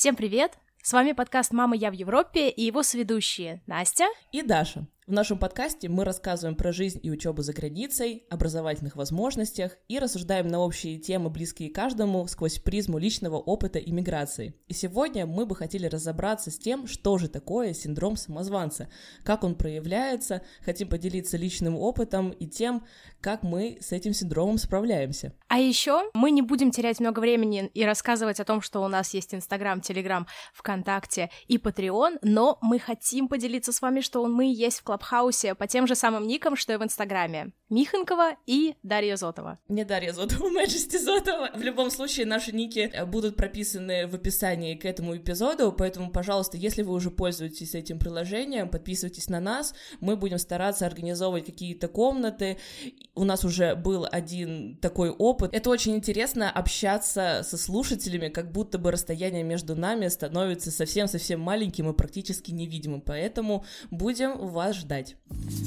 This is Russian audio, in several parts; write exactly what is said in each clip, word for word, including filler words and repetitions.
Всем привет! С вами подкаст «Мама, я в Европе» и его соведущие Настя и Даша. В нашем подкасте мы рассказываем про жизнь и учебу за границей, образовательных возможностях и рассуждаем на общие темы, близкие каждому, сквозь призму личного опыта иммиграции. И сегодня мы бы хотели разобраться с тем, что же такое синдром самозванца, как он проявляется, хотим поделиться личным опытом и тем, как мы с этим синдромом справляемся. А еще мы не будем терять много времени и рассказывать о том, что у нас есть Инстаграм, Телеграм, ВКонтакте и Патреон, но мы хотим поделиться с вами, что мы есть в Клабхаусе по тем же самым никам, что и в Инстаграме. Миханкова и Дарья Зотова. Не Дарья Зотова, Мэджести Зотова. В любом случае, наши ники будут прописаны в описании к этому эпизоду, поэтому, пожалуйста, если вы уже пользуетесь этим приложением, подписывайтесь на нас, мы будем стараться организовывать какие-то комнаты. У нас уже был один такой опыт. Это очень интересно общаться со слушателями, как будто бы расстояние между нами становится совсем-совсем маленьким и практически невидимым, поэтому будем вас ждать.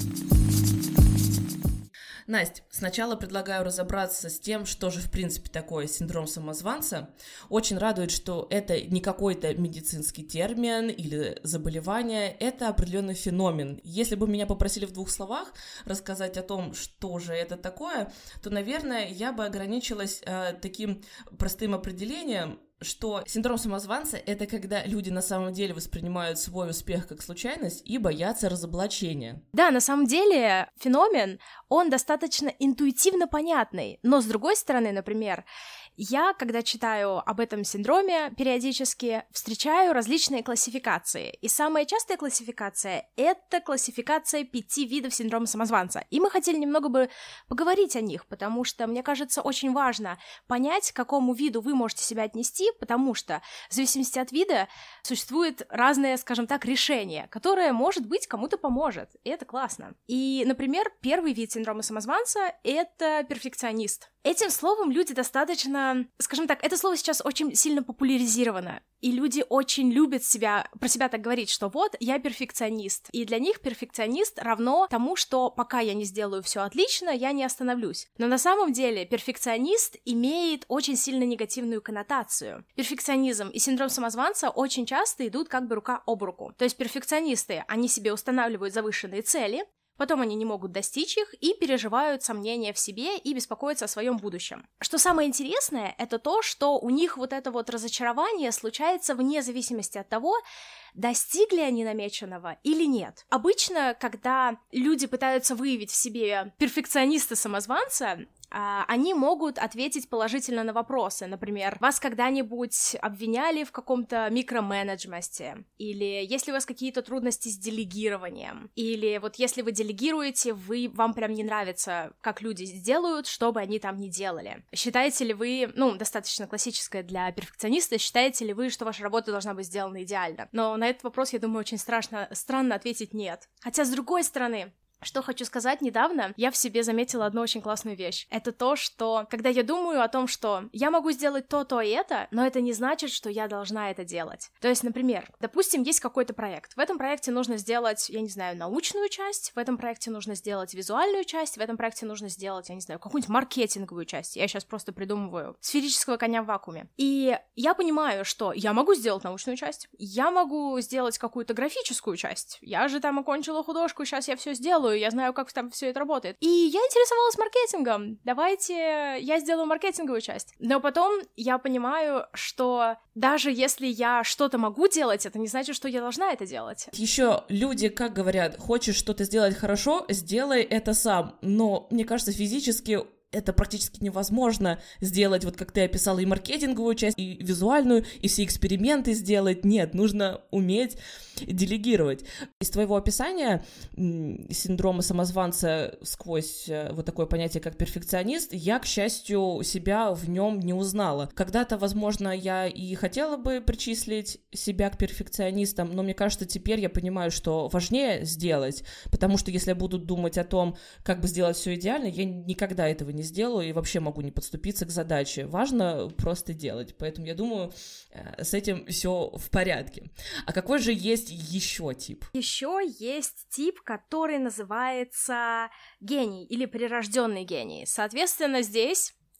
Настя, сначала предлагаю разобраться с тем, что же в принципе такое синдром самозванца. Очень радует, что это не какой-то медицинский термин или заболевание, это определенный феномен. Если бы меня попросили в двух словах рассказать о том, что же это такое, то, наверное, я бы ограничилась э, таким простым определением, что синдром самозванца — это когда люди на самом деле воспринимают свой успех как случайность и боятся разоблачения. Да, на самом деле феномен, он достаточно интуитивно понятный, но с другой стороны, например, я, когда читаю об этом синдроме, периодически встречаю различные классификации. И самая частая классификация — это классификация пяти видов синдрома самозванца. И мы хотели немного бы поговорить о них, потому что, мне кажется, очень важно понять, к какому виду вы можете себя отнести, потому что в зависимости от вида существует разное, скажем так, решение, которое, может быть, кому-то поможет. И это классно. И, например, первый вид синдрома самозванца — это перфекционист. Этим словом люди достаточно, скажем так, это слово сейчас очень сильно популяризировано, и люди очень любят себя, про себя так говорить, что вот, я перфекционист, и для них перфекционист равно тому, что пока я не сделаю все отлично, я не остановлюсь. Но на самом деле перфекционист имеет очень сильно негативную коннотацию. Перфекционизм и синдром самозванца очень часто идут как бы рука об руку. То есть перфекционисты, они себе устанавливают завышенные цели, потом они не могут достичь их и переживают сомнения в себе и беспокоятся о своем будущем. Что самое интересное, это то, что у них вот это вот разочарование случается вне зависимости от того, достигли они намеченного или нет. Обычно, когда люди пытаются выявить в себе перфекциониста-самозванца, они могут ответить положительно на вопросы. Например, вас когда-нибудь обвиняли в каком-то микроменеджменте? Или есть ли у вас какие-то трудности с делегированием? Или вот если вы делегируете, вы, вам прям не нравится, как люди сделают, что бы они там ни делали. Считаете ли вы, ну, достаточно классическое для перфекциониста, считаете ли вы, что ваша работа должна быть сделана идеально? Но на этот вопрос, я думаю, очень страшно, странно ответить нет. Хотя, с другой стороны, что хочу сказать, недавно я в себе заметила одну очень классную вещь. Это то, что когда я думаю о том, что я могу сделать то, то и это, но это не значит, что я должна это делать. То есть, например, допустим, есть какой-то проект. В этом проекте нужно сделать, я не знаю, научную часть, в этом проекте нужно сделать визуальную часть, в этом проекте нужно сделать, я не знаю, какую-нибудь маркетинговую часть. Я сейчас просто придумываю сферического коня в вакууме. И я понимаю, что я могу сделать научную часть, я могу сделать какую-то графическую часть. Я же там окончила художку, сейчас я все сделаю, я знаю, как там все это работает. И я интересовалась маркетингом. Давайте я сделаю маркетинговую часть. Но потом я понимаю, что даже если я что-то могу делать, это не значит, что я должна это делать. Еще люди, как говорят, хочешь что-то сделать хорошо, сделай это сам. Но, мне кажется, физически это практически невозможно сделать, вот как ты описала, и маркетинговую часть, и визуальную, и все эксперименты сделать. Нет, нужно уметь делегировать. Из твоего описания синдрома самозванца сквозь вот такое понятие, как перфекционист, я, к счастью, себя в нем не узнала. Когда-то, возможно, я и хотела бы причислить себя к перфекционистам, но мне кажется, теперь я понимаю, что важнее сделать, потому что если я буду думать о том, как бы сделать все идеально, я никогда этого не сделаю и вообще могу не подступиться к задаче. Важно просто делать. Поэтому я думаю, с этим все в порядке. А какой же есть еще тип? Еще есть тип, который называется гений или прирожденный гений. Соответственно, здесь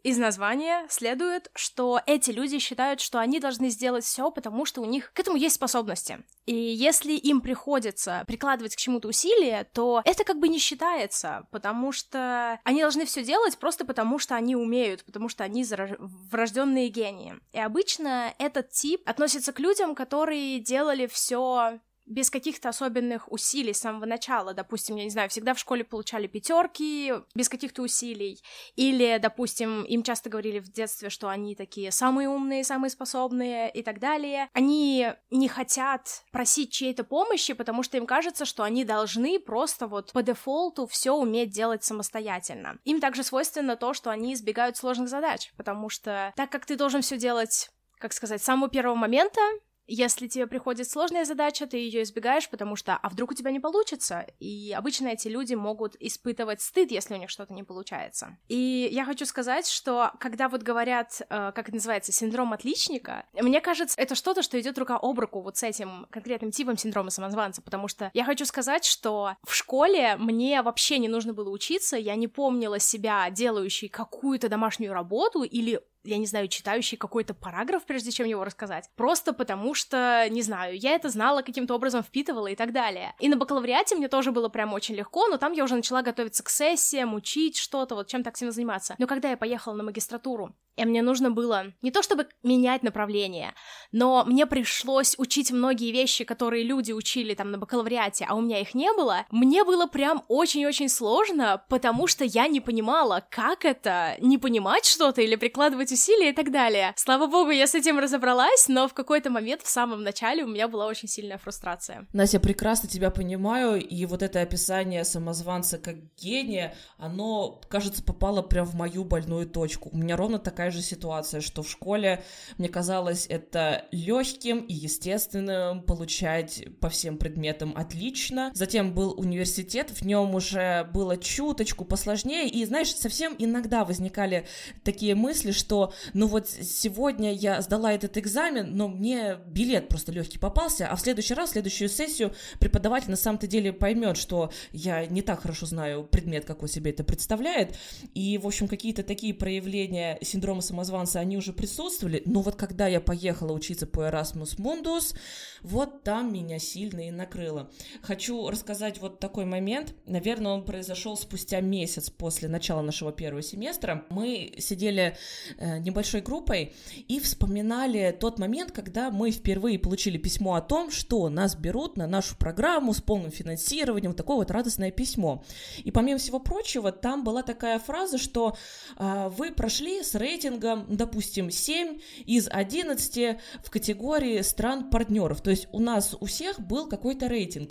Из названия следует, что эти люди считают, что они должны сделать все, потому что у них к этому есть способности. И если им приходится прикладывать к чему-то усилия, то это как бы не считается, потому что они должны все делать просто потому, что они умеют, потому что они врожденные гении. И обычно этот тип относится к людям, которые делали все без каких-то особенных усилий с самого начала. Допустим, я не знаю, всегда в школе получали пятерки без каких-то усилий. Или, допустим, им часто говорили в детстве, что они такие самые умные, самые способные и так далее. Они не хотят просить чьей-то помощи, потому что им кажется, что они должны просто вот по дефолту все уметь делать самостоятельно. Им также свойственно то, что они избегают сложных задач, потому что так как ты должен все делать, как сказать, с самого первого момента, если тебе приходит сложная задача, ты ее избегаешь, потому что, а вдруг у тебя не получится? И обычно эти люди могут испытывать стыд, если у них что-то не получается. И я хочу сказать, что когда вот говорят, э, как это называется, синдром отличника, мне кажется, это что-то, что идет рука об руку вот с этим конкретным типом синдрома самозванца, потому что я хочу сказать, что в школе мне вообще не нужно было учиться, я не помнила себя делающей какую-то домашнюю работу или я не знаю, читающий какой-то параграф, прежде чем его рассказать, просто потому что, не знаю, я это знала, каким-то образом впитывала и так далее. И на бакалавриате мне тоже было прям очень легко, но там я уже начала готовиться к сессиям, учить что-то, вот чем-то активно заниматься. Но когда я поехала на магистратуру, и мне нужно было не то чтобы менять направление, но мне пришлось учить многие вещи, которые люди учили там на бакалавриате, а у меня их не было, мне было прям очень-очень сложно, потому что я не понимала, как это не понимать что-то или прикладывать усилия и так далее. Слава богу, я с этим разобралась, но в какой-то момент в самом начале у меня была очень сильная фрустрация. Настя, прекрасно тебя понимаю, и вот это описание самозванца как гения, оно, кажется, попало прям в мою больную точку. У меня ровно такая же ситуация, что в школе мне казалось это легким и естественным получать по всем предметам отлично. Затем был университет, в нем уже было чуточку посложнее, и, знаешь, совсем иногда возникали такие мысли, что ну вот сегодня я сдала этот экзамен, но мне билет просто легкий попался, а в следующий раз, в следующую сессию преподаватель на самом-то деле поймет, что я не так хорошо знаю предмет, как он себе это представляет, и, в общем, какие-то такие проявления синдрома самозванца, они уже присутствовали, но вот когда я поехала учиться по Erasmus Mundus, вот там меня сильно и накрыло. Хочу рассказать вот такой момент, наверное, он произошел спустя месяц после начала нашего первого семестра. Мы сидели э, небольшой группой и вспоминали тот момент, когда мы впервые получили письмо о том, что нас берут на нашу программу с полным финансированием, вот такое вот радостное письмо. И помимо всего прочего, там была такая фраза, что э, вы прошли с рейтингом, допустим, семь из одиннадцати в категории стран-партнеров. То есть у нас у всех был какой-то рейтинг,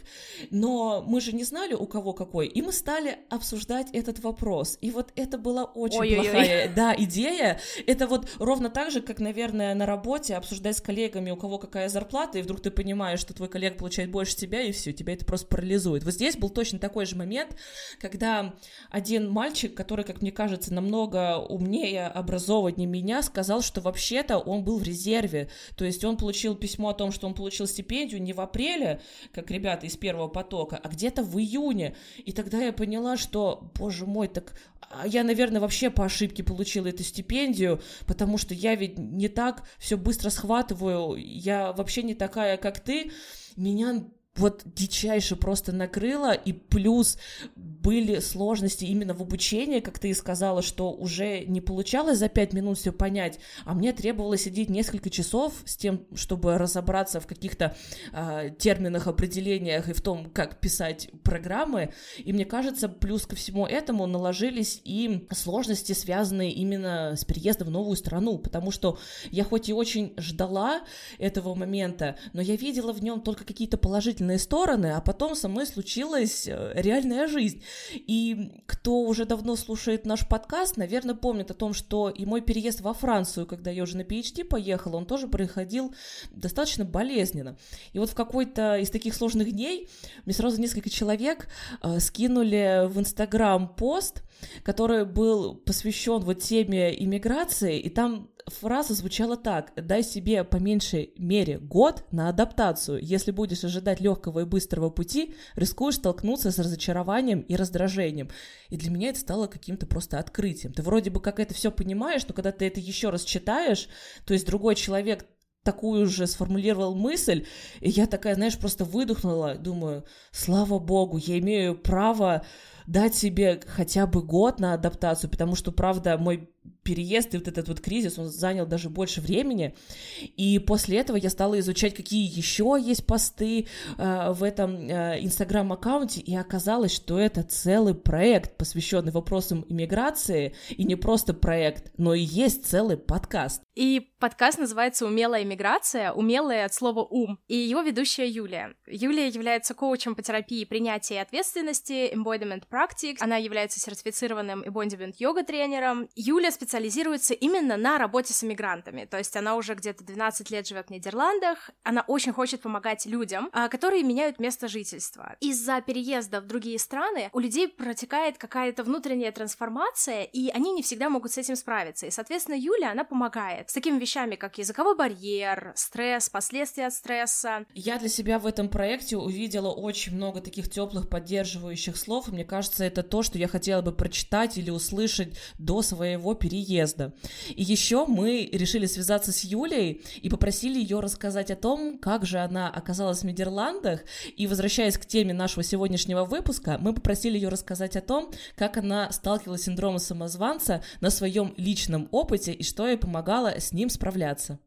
но мы же не знали, у кого какой, и мы стали обсуждать этот вопрос. И вот это была очень Ой-ой-ой. плохая да, идея. Это вот ровно так же, как, наверное, на работе обсуждать с коллегами, у кого какая зарплата, и вдруг ты понимаешь, что твой коллега получает больше тебя, и все, тебя это просто парализует. Вот здесь был точно такой же момент, когда один мальчик, который, как мне кажется, намного умнее, образованнее меня, сказал, что вообще-то он был в резерве. То есть он получил письмо о том, что он получил стипендию не в апреле, как ребята из первого потока, а где-то в июне. И тогда я поняла, что, боже мой, так я, наверное, вообще по ошибке получила эту стипендию, потому что я ведь не так все быстро схватываю, я вообще не такая, как ты. Меня вот дичайше просто накрыло, и плюс были сложности именно в обучении, как ты и сказала, что уже не получалось за пять минут все понять, а мне требовалось сидеть несколько часов с тем, чтобы разобраться в каких-то э, терминах, определениях и в том, как писать программы, и мне кажется, плюс ко всему этому наложились и сложности, связанные именно с переездом в новую страну, потому что я хоть и очень ждала этого момента, но я видела в нем только какие-то положительные стороны, а потом со мной случилась реальная жизнь. И кто уже давно слушает наш подкаст, наверное, помнит о том, что и мой переезд во Францию, когда я уже на пи эйч ди поехала, он тоже проходил достаточно болезненно. И вот в какой-то из таких сложных дней мне сразу несколько человек э, скинули в Инстаграм пост, который был посвящен вот теме иммиграции, и там фраза звучала так: дай себе по меньшей мере год на адаптацию. Если будешь ожидать легкого и быстрого пути, рискуешь столкнуться с разочарованием и раздражением. И для меня это стало каким-то просто открытием. Ты вроде бы как это все понимаешь, но когда ты это еще раз читаешь, то есть другой человек такую же сформулировал мысль, и я такая, знаешь, просто выдохнула, думаю, слава богу, я имею право дать себе хотя бы год на адаптацию, потому что, правда, мой переезд и вот этот вот кризис, он занял даже больше времени, и после этого я стала изучать, какие еще есть посты э, в этом э, инстаграм-аккаунте, и оказалось, что это целый проект, посвященный вопросам иммиграции, и не просто проект, но и есть целый подкаст. И подкаст называется «Умелая иммиграция», «умелая» от слова «ум», и его ведущая Юлия. Юлия является коучем по терапии принятия и ответственности, embodiment practice, она является сертифицированным embodiment йога-тренером. Юлия специализируется именно на работе с иммигрантами, то есть она уже где-то двенадцать лет живет в Нидерландах, она очень хочет помогать людям, которые меняют место жительства. Из-за переезда в другие страны у людей протекает какая-то внутренняя трансформация, и они не всегда могут с этим справиться, и, соответственно, Юля, она помогает с такими вещами, как языковой барьер, стресс, последствия от стресса. Я для себя в этом проекте увидела очень много таких теплых, поддерживающих слов, и мне кажется, это то, что я хотела бы прочитать или услышать до своего переезда. И еще мы решили связаться с Юлей и попросили ее рассказать о том, как же она оказалась в Нидерландах, и, возвращаясь к теме нашего сегодняшнего выпуска, мы попросили ее рассказать о том, как она сталкивалась с синдромом самозванца на своем личном опыте и что ей помогало с ним справляться.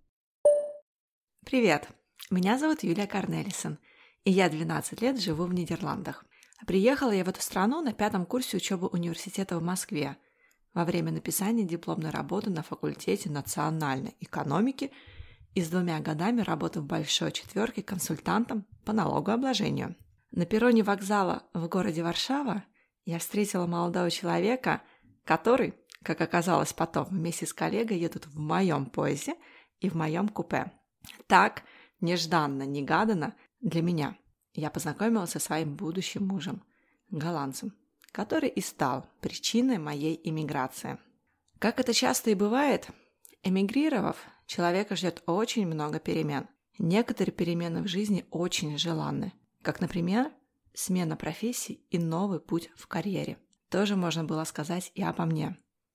Привет, меня зовут Юлия Корнелисон, и я двенадцать лет живу в Нидерландах. Приехала я в эту страну на пятом курсе учебы университета в Москве во время написания дипломной работы на факультете национальной экономики и с двумя годами работы в большой четверке консультантом по налогообложению. На перроне вокзала в городе Варшава я встретила молодого человека, который, как оказалось потом, вместе с коллегой едут в моем поезде и в моем купе. Так, нежданно-негаданно для меня, я познакомилась со своим будущим мужем, голландцем, который и стал причиной моей эмиграции. Как это часто и бывает, эмигрировав, человека ждет очень много перемен. Некоторые перемены в жизни очень желанны, как, например, смена профессии и новый путь в карьере. Тоже можно было сказать и обо мне.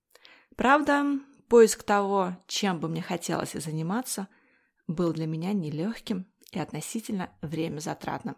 Правда, поиск того, чем бы мне хотелось заниматься, был для меня нелегким и относительно времязатратным.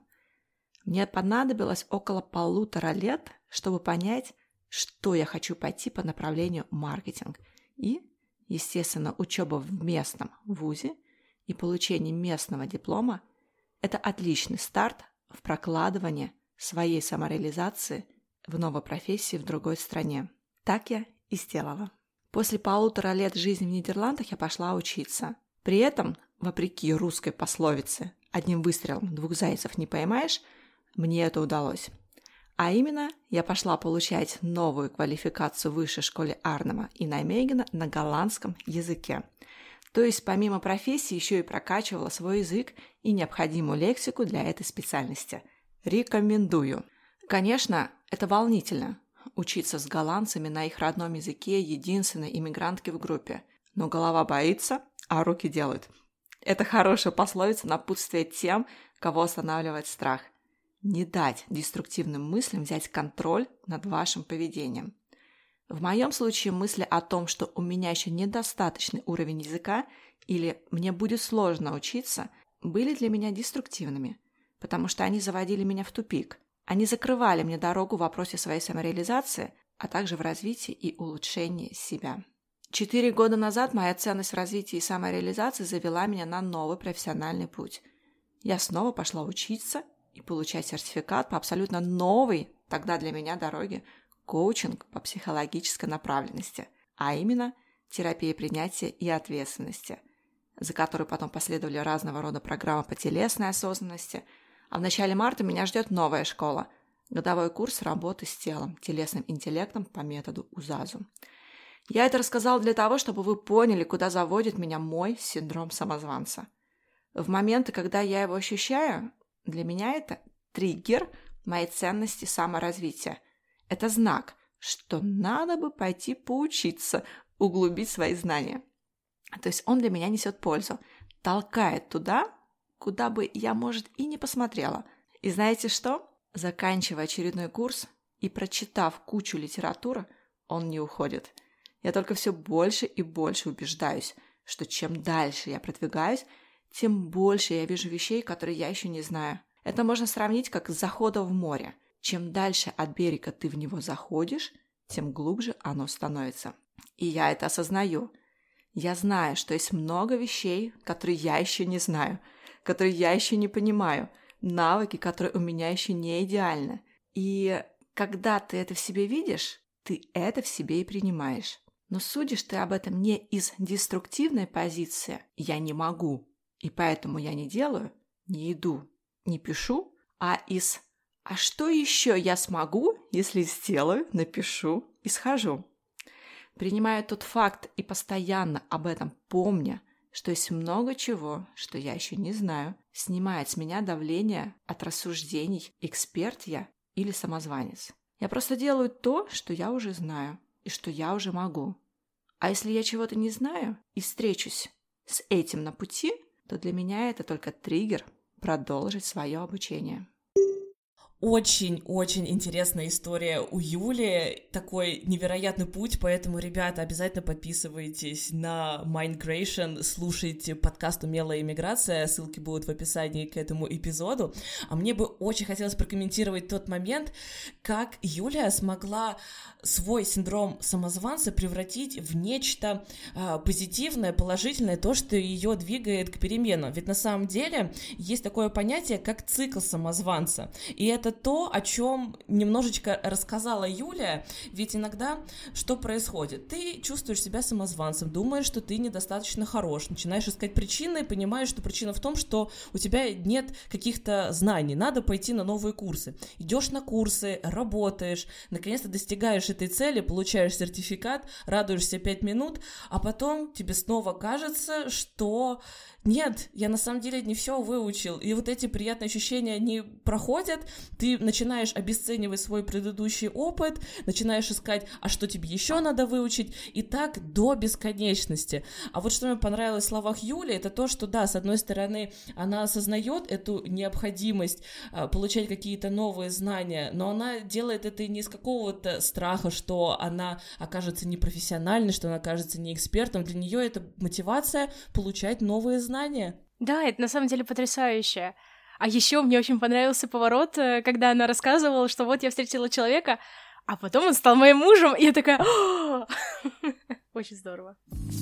Мне понадобилось около полутора лет, чтобы понять, что я хочу пойти по направлению маркетинг. И, естественно, учеба в местном вузе и получение местного диплома – это отличный старт в прокладывании своей самореализации в новой профессии в другой стране. Так я и сделала. После полутора лет жизни в Нидерландах я пошла учиться. При этом, вопреки русской пословице «одним выстрелом двух зайцев не поймаешь», мне это удалось. А именно, я пошла получать новую квалификацию в высшей школе Арнема и Нijmegen на голландском языке. То есть, помимо профессии, еще и прокачивала свой язык и необходимую лексику для этой специальности. Рекомендую. Конечно, это волнительно – учиться с голландцами на их родном языке единственной иммигрантки в группе. Но голова боится, а руки делают. Это хорошая пословица напутствие тем, кого останавливает страх. Не дать деструктивным мыслям взять контроль над вашим поведением. В моем случае мысли о том, что у меня еще недостаточный уровень языка или мне будет сложно учиться, были для меня деструктивными, потому что они заводили меня в тупик. Они закрывали мне дорогу в вопросе своей самореализации, а также в развитии и улучшении себя. Четыре года назад моя ценность в развитии и самореализации завела меня на новый профессиональный путь. Я снова пошла учиться и получать сертификат по абсолютно новой, тогда для меня, дороге, коучинг по психологической направленности, а именно терапия принятия и ответственности, за которой потом последовали разного рода программы по телесной осознанности, а в начале марта меня ждет новая школа – годовой курс работы с телом, телесным интеллектом по методу УЗАЗу. Я это рассказала для того, чтобы вы поняли, куда заводит меня мой синдром самозванца. В моменты, когда я его ощущаю, для меня это триггер моей ценности саморазвития. Это знак, что надо бы пойти поучиться, углубить свои знания. То есть он для меня несет пользу, толкает туда, куда бы я, может, и не посмотрела. И знаете что? Заканчивая очередной курс и прочитав кучу литературы, он не уходит. Я только все больше и больше убеждаюсь, что чем дальше я продвигаюсь, тем больше я вижу вещей, которые я еще не знаю. Это можно сравнить как с заходом в море. Чем дальше от берега ты в него заходишь, тем глубже оно становится. И я это осознаю. Я знаю, что есть много вещей, которые я еще не знаю, которые я еще не понимаю, навыки, которые у меня еще не идеальны. И когда ты это в себе видишь, ты это в себе и принимаешь. Но судишь ты об этом не из деструктивной позиции «я не могу», и поэтому я не делаю, не иду, не пишу, а из «а что еще я смогу, если сделаю, напишу и схожу». Принимая тот факт и постоянно об этом помня, что есть много чего, что я еще не знаю, снимает с меня давление от рассуждений «эксперт я» или «самозванец». Я просто делаю то, что я уже знаю и что я уже могу. А если я чего-то не знаю и встречусь с этим на пути, то для меня это только триггер продолжить свое обучение. Очень-очень интересная история у Юли, такой невероятный путь, поэтому, ребята, обязательно подписывайтесь на Mindgration, слушайте подкаст «Умелая иммиграция», ссылки будут в описании к этому эпизоду. А мне бы очень хотелось прокомментировать тот момент, как Юлия смогла свой синдром самозванца превратить в нечто э, позитивное, положительное, то, что ее двигает к переменам. Ведь на самом деле есть такое понятие, как цикл самозванца, и это Это то, о чем немножечко рассказала Юлия, ведь иногда что происходит? Ты чувствуешь себя самозванцем, думаешь, что ты недостаточно хорош, начинаешь искать причины, понимаешь, что причина в том, что у тебя нет каких-то знаний, надо пойти на новые курсы. Идешь на курсы, работаешь, наконец-то достигаешь этой цели, получаешь сертификат, радуешься пять минут, а потом тебе снова кажется, что нет, я на самом деле не все выучил, и вот эти приятные ощущения, они проходят, ты начинаешь обесценивать свой предыдущий опыт, начинаешь искать, а что тебе еще надо выучить, и так до бесконечности. А вот что мне понравилось в словах Юли, это то, что да, с одной стороны, она осознает эту необходимость а, получать какие-то новые знания, но она делает это не из какого-то страха, что она окажется непрофессиональной, что она окажется не экспертом, для нее это мотивация получать новые знания. Да, это на самом деле потрясающе. А еще мне очень понравился поворот, когда она рассказывала, что вот я встретила человека, а потом он стал моим мужем, и я такая... Очень здорово.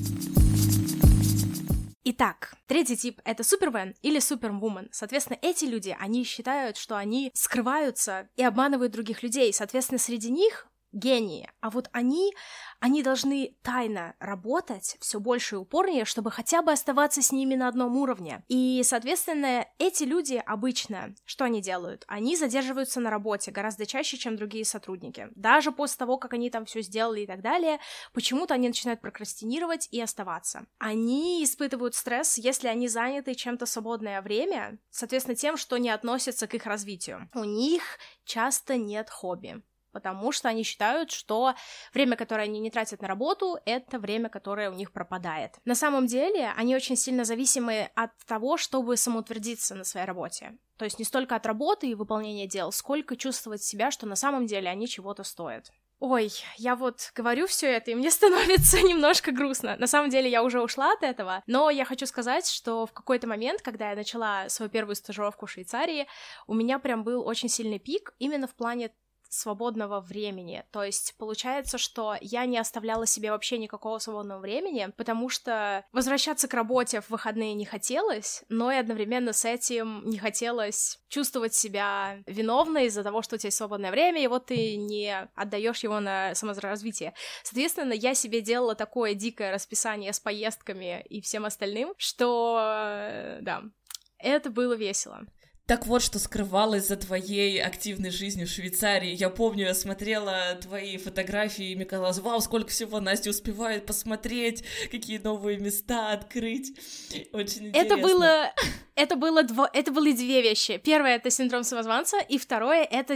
Итак, третий тип — это супермен или супервумен. Соответственно, эти люди, они считают, что они скрываются и обманывают других людей. Соответственно, среди них гении. А вот они, они должны тайно работать все больше и упорнее, чтобы хотя бы оставаться с ними на одном уровне. И, соответственно, эти люди обычно, что они делают? Они задерживаются на работе гораздо чаще, чем другие сотрудники. Даже после того, как они там все сделали и так далее, почему-то они начинают прокрастинировать и оставаться. Они испытывают стресс, если они заняты чем-то в свободное время, соответственно, тем, что не относится к их развитию. У них часто нет хобби, потому что они считают, что время, которое они не тратят на работу, это время, которое у них пропадает. На самом деле, они очень сильно зависимы от того, чтобы самоутвердиться на своей работе. То есть не столько от работы и выполнения дел, сколько чувствовать себя, что на самом деле они чего-то стоят. Ой, я вот говорю все это, и мне становится немножко грустно. На самом деле я уже ушла от этого, но я хочу сказать, что в какой-то момент, когда я начала свою первую стажировку в Швейцарии, у меня прям был очень сильный пик именно в плане свободного времени. То есть получается, что я не оставляла себе вообще никакого свободного времени, потому что возвращаться к работе в выходные не хотелось, но и одновременно с этим не хотелось чувствовать себя виновной из-за того, что у тебя есть свободное время, и вот ты не отдаешь его на саморазвитие. Соответственно, я себе делала такое дикое расписание с поездками и всем остальным, что, да, это было весело. Так вот, что скрывалось за твоей активной жизнью в Швейцарии. Я помню, я смотрела твои фотографии, и мне казалось, вау, сколько всего Настя успевает посмотреть, какие новые места открыть. Очень интересно. Это было, это было, дво... это были две вещи. Первое — это синдром самозванца, и второе — это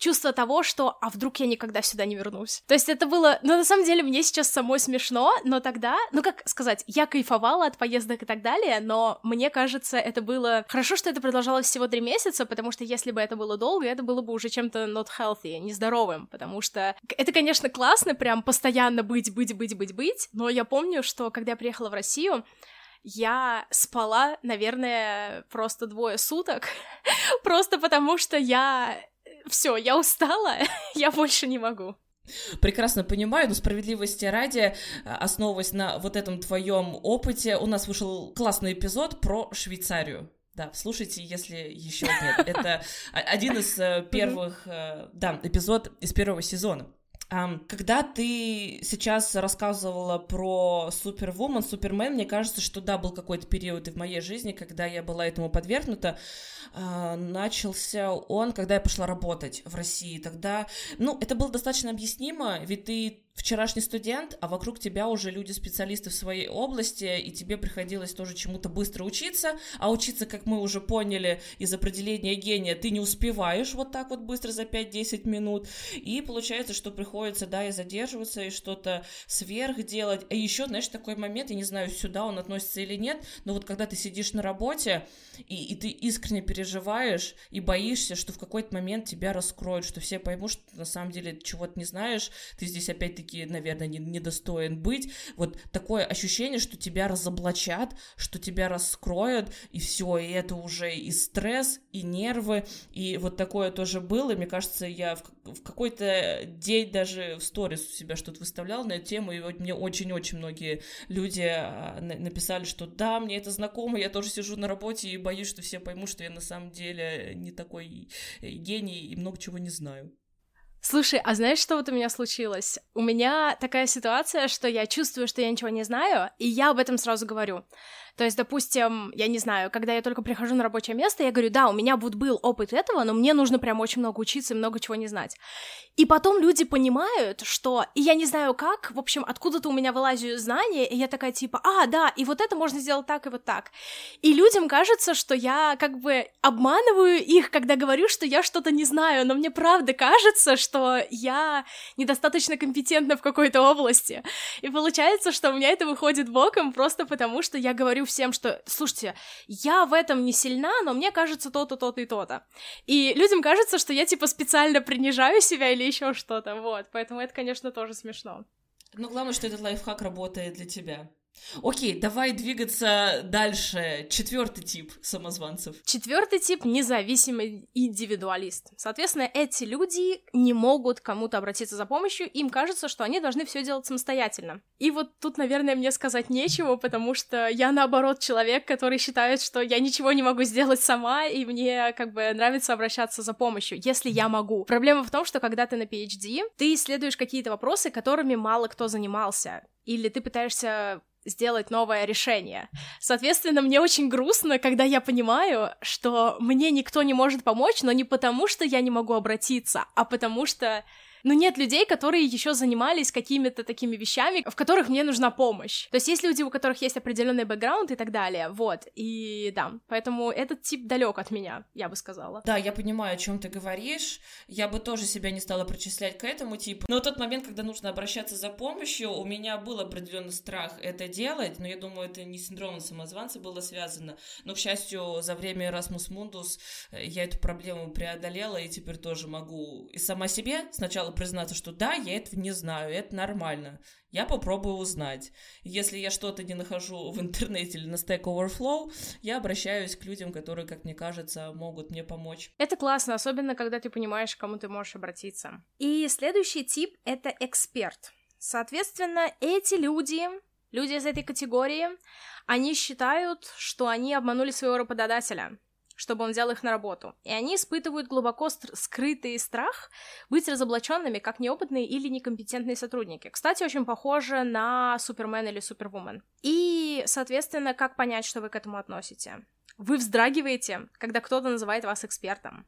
чувство того, что «а вдруг я никогда сюда не вернусь?». То есть это было, ну, на самом деле, мне сейчас самой смешно, но тогда, ну, как сказать, я кайфовала от поездок и так далее, но мне кажется, это было... Хорошо, что это продолжалось всего три месяца, потому что если бы это было долго, это было бы уже чем-то not healthy, нездоровым, потому что это, конечно, классно прям постоянно быть, быть, быть, быть, быть, но я помню, что когда я приехала в Россию, я спала, наверное, просто двое суток, просто потому что я... Все, я устала, я больше не могу. Прекрасно понимаю, но справедливости ради, основываясь на вот этом твоем опыте, у нас вышел классный эпизод про Швейцарию. Да, слушайте, если еще нет. Это один из первых, да, эпизод из первого сезона. Когда ты сейчас рассказывала про Супервумен, Супермен, мне кажется, что да, был какой-то период и в моей жизни, когда я была этому подвергнута. Начался он, когда я пошла работать в России. Тогда, ну, это было достаточно объяснимо, ведь ты вчерашний студент, а вокруг тебя уже люди-специалисты в своей области, и тебе приходилось тоже чему-то быстро учиться, а учиться, как мы уже поняли из определения гения, ты не успеваешь вот так вот быстро за пять-десять минут, и получается, что приходится, да, и задерживаться, и что-то сверх делать, а еще, знаешь, такой момент, я не знаю, сюда он относится или нет, но вот когда ты сидишь на работе, и, и ты искренне переживаешь, и боишься, что в какой-то момент тебя раскроют, что все поймут, что ты на самом деле чего-то не знаешь, ты здесь опять-таки наверное, не, недостоин быть. Вот такое ощущение, что тебя разоблачат, что тебя раскроют, и все, и это уже и стресс, и нервы, и вот такое тоже было. И мне кажется, я в, в какой-то день даже в сторис у себя что-то выставляла на эту тему, и вот мне очень-очень многие люди написали, что да, мне это знакомо, я тоже сижу на работе и боюсь, что все поймут, что я на самом деле не такой гений и много чего не знаю. Слушай, а знаешь, что вот у меня случилось? У меня такая ситуация, что я чувствую, что я ничего не знаю, и я об этом сразу говорю. То есть, допустим, я не знаю, когда я только прихожу на рабочее место, я говорю, да, у меня вот был опыт этого, но мне нужно прям очень много учиться и много чего не знать. И потом люди понимают, что... И я не знаю как, в общем, откуда-то у меня вылазят знания, и я такая типа, а, да, и вот это можно сделать так, и вот так. И людям кажется, что я как бы обманываю их, когда говорю, что я что-то не знаю, но мне правда кажется, что я недостаточно компетентна в какой-то области. И получается, что у меня это выходит боком просто потому, что я говорю всем, что, слушайте, я в этом не сильна, но мне кажется то-то, то-то и то-то. И людям кажется, что я, типа, специально принижаю себя или еще что-то, вот. Поэтому это, конечно, тоже смешно. Но главное, что этот лайфхак работает для тебя. Окей, давай двигаться дальше. Четвертый тип самозванцев. Четвертый тип — независимый индивидуалист. Соответственно, эти люди не могут к кому-то обратиться за помощью, им кажется, что они должны все делать самостоятельно. И вот тут, наверное, мне сказать нечего, потому что я, наоборот, человек, который считает, что я ничего не могу сделать сама, и мне как бы нравится обращаться за помощью, если я могу. Проблема в том, что когда ты на пи эйч ди, ты исследуешь какие-то вопросы, которыми мало кто занимался, или ты пытаешься сделать новое решение. Соответственно, мне очень грустно, когда я понимаю, что мне никто не может помочь, но не потому, что я не могу обратиться, а потому что... Ну, нет людей, которые еще занимались какими-то такими вещами, в которых мне нужна помощь. То есть есть люди, у которых есть определенный бэкграунд и так далее, вот, и да, поэтому этот тип далек от меня, я бы сказала. Да, я понимаю, о чем ты говоришь, я бы тоже себя не стала причислять к этому типу, но в тот момент, когда нужно обращаться за помощью, у меня был определенный страх это делать, но я думаю, это не с синдромом самозванца было связано, но, к счастью, за время Erasmus Mundus я эту проблему преодолела и теперь тоже могу и сама себе сначала признаться, что да, я этого не знаю, это нормально. Я попробую узнать. Если я что-то не нахожу в интернете или на Stack Overflow, я обращаюсь к людям, которые, как мне кажется, могут мне помочь. Это классно, особенно когда ты понимаешь, к кому ты можешь обратиться. И следующий тип — это эксперт. Соответственно, эти люди, люди из этой категории, они считают, что они обманули своего работодателя, чтобы он взял их на работу. И они испытывают глубоко стр- скрытый страх быть разоблаченными как неопытные или некомпетентные сотрудники. Кстати, очень похоже на Супермен или Супервумен. И, соответственно, как понять, что вы к этому относите? Вы вздрагиваете, когда кто-то называет вас экспертом.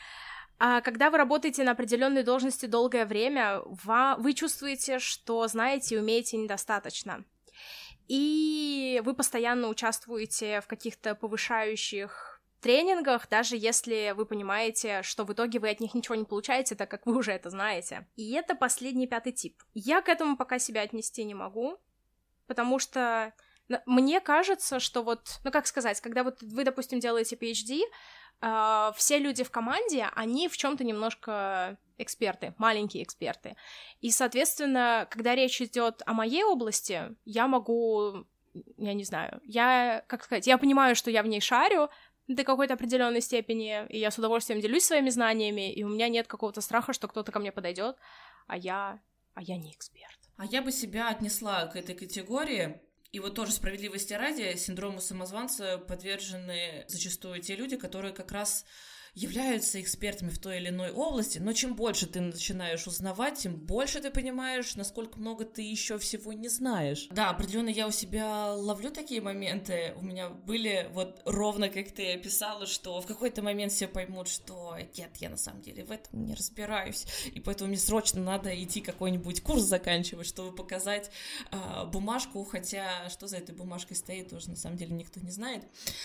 А когда вы работаете на определенной должности долгое время, вы чувствуете, что знаете и умеете недостаточно. И вы постоянно участвуете в каких-то повышающих тренингах, даже если вы понимаете, что в итоге вы от них ничего не получаете, так как вы уже это знаете. И это последний пятый тип. Я к этому пока себя отнести не могу, потому что мне кажется, что вот, ну как сказать, когда вот вы, допустим, делаете пи эйч ди, Uh, все люди в команде, они в чем-то немножко эксперты, маленькие эксперты. И, соответственно, когда речь идет о моей области, я могу, я не знаю, я, как сказать, я понимаю, что я в ней шарю до какой-то определенной степени, и я с удовольствием делюсь своими знаниями, и у меня нет какого-то страха, что кто-то ко мне подойдет, а я, а я не эксперт. А я бы себя отнесла к этой категории. И вот тоже справедливости ради, синдрому самозванца подвержены зачастую те люди, которые как раз являются экспертами в той или иной области, но чем больше ты начинаешь узнавать, тем больше ты понимаешь, насколько много ты еще всего не знаешь. Да, определенно я у себя ловлю такие моменты, у меня были вот ровно как ты описала, что в какой-то момент все поймут, что нет, я на самом деле в этом не разбираюсь, и поэтому мне срочно надо идти какой-нибудь курс заканчивать, чтобы показать э, бумажку, хотя что за этой бумажкой стоит, тоже на самом деле никто не знает.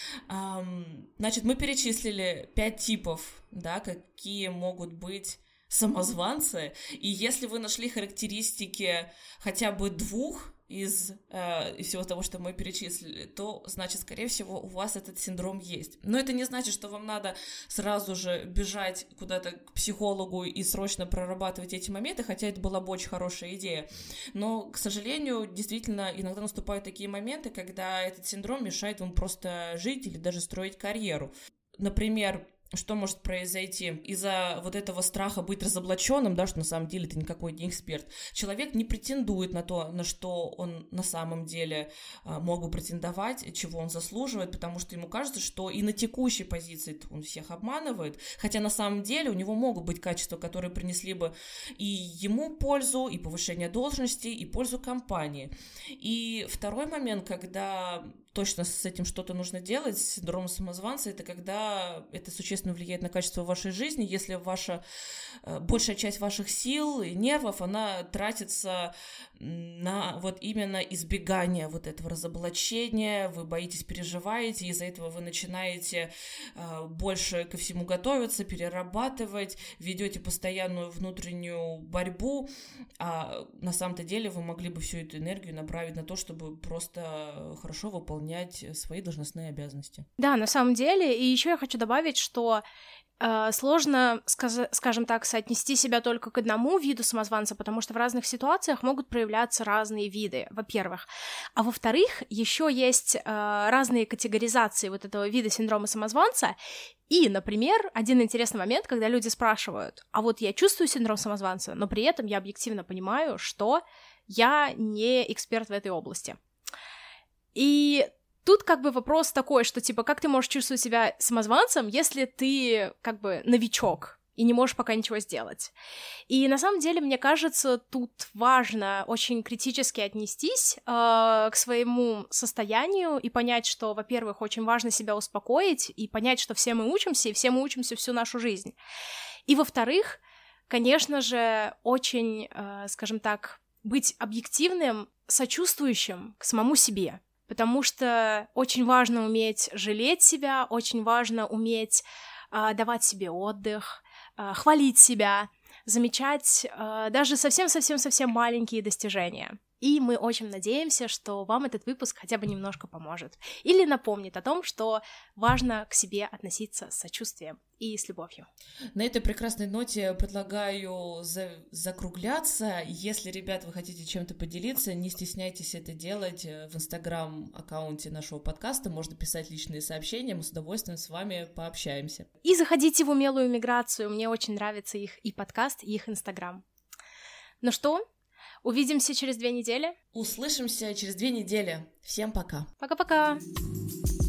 Эм, значит, мы перечислили пять типов, да, какие могут быть самозванцы, и если вы нашли характеристики хотя бы двух из, э, из всего того, что мы перечислили, то, значит, скорее всего, у вас этот синдром есть. Но это не значит, что вам надо сразу же бежать куда-то к психологу и срочно прорабатывать эти моменты, хотя это была бы очень хорошая идея. Но, к сожалению, действительно, иногда наступают такие моменты, когда этот синдром мешает вам просто жить или даже строить карьеру. Например, что может произойти из-за вот этого страха быть разоблаченным, да, что на самом деле ты никакой не эксперт. Человек не претендует на то, на что он на самом деле а, мог бы претендовать, чего он заслуживает, потому что ему кажется, что и на текущей позиции он всех обманывает, хотя на самом деле у него могут быть качества, которые принесли бы и ему пользу, и повышение должности, и пользу компании. И второй момент, когда точно с этим что-то нужно делать, с синдромом самозванца, это когда это существенно влияет на качество вашей жизни, если ваша, большая часть ваших сил и нервов, она тратится на вот именно избегание вот этого разоблачения, вы боитесь, переживаете, из-за этого вы начинаете больше ко всему готовиться, перерабатывать, ведете постоянную внутреннюю борьбу, а на самом-то деле вы могли бы всю эту энергию направить на то, чтобы просто хорошо выполнять свои должностные обязанности. Да, на самом деле, и еще я хочу добавить, что э, сложно, сказ- скажем так, соотнести себя только к одному виду самозванца, потому что в разных ситуациях могут проявляться разные виды, во-первых. А во-вторых, еще есть э, разные категоризации вот этого вида синдрома самозванца. И, например, один интересный момент, когда люди спрашивают, а вот я чувствую синдром самозванца, но при этом я объективно понимаю, что я не эксперт в этой области. И тут как бы вопрос такой, что типа, как ты можешь чувствовать себя самозванцем, если ты как бы новичок и не можешь пока ничего сделать? И на самом деле, мне кажется, тут важно очень критически отнестись э, к своему состоянию и понять, что, во-первых, очень важно себя успокоить и понять, что все мы учимся, и все мы учимся всю нашу жизнь. И, во-вторых, конечно же, очень, э, скажем так, быть объективным, сочувствующим к самому себе. Потому что очень важно уметь жалеть себя, очень важно уметь э, давать себе отдых, э, хвалить себя, замечать э, даже совсем-совсем-совсем маленькие достижения. И мы очень надеемся, что вам этот выпуск хотя бы немножко поможет. Или напомнит о том, что важно к себе относиться с сочувствием и с любовью. На этой прекрасной ноте предлагаю за- закругляться. Если, ребят, вы хотите чем-то поделиться, не стесняйтесь это делать в инстаграм-аккаунте нашего подкаста. Можно писать личные сообщения, мы с удовольствием с вами пообщаемся. И заходите в «Умелую миграцию». Мне очень нравится их и подкаст, и их инстаграм. Ну что? Увидимся через две недели. Услышимся через две недели. Всем пока. Пока-пока.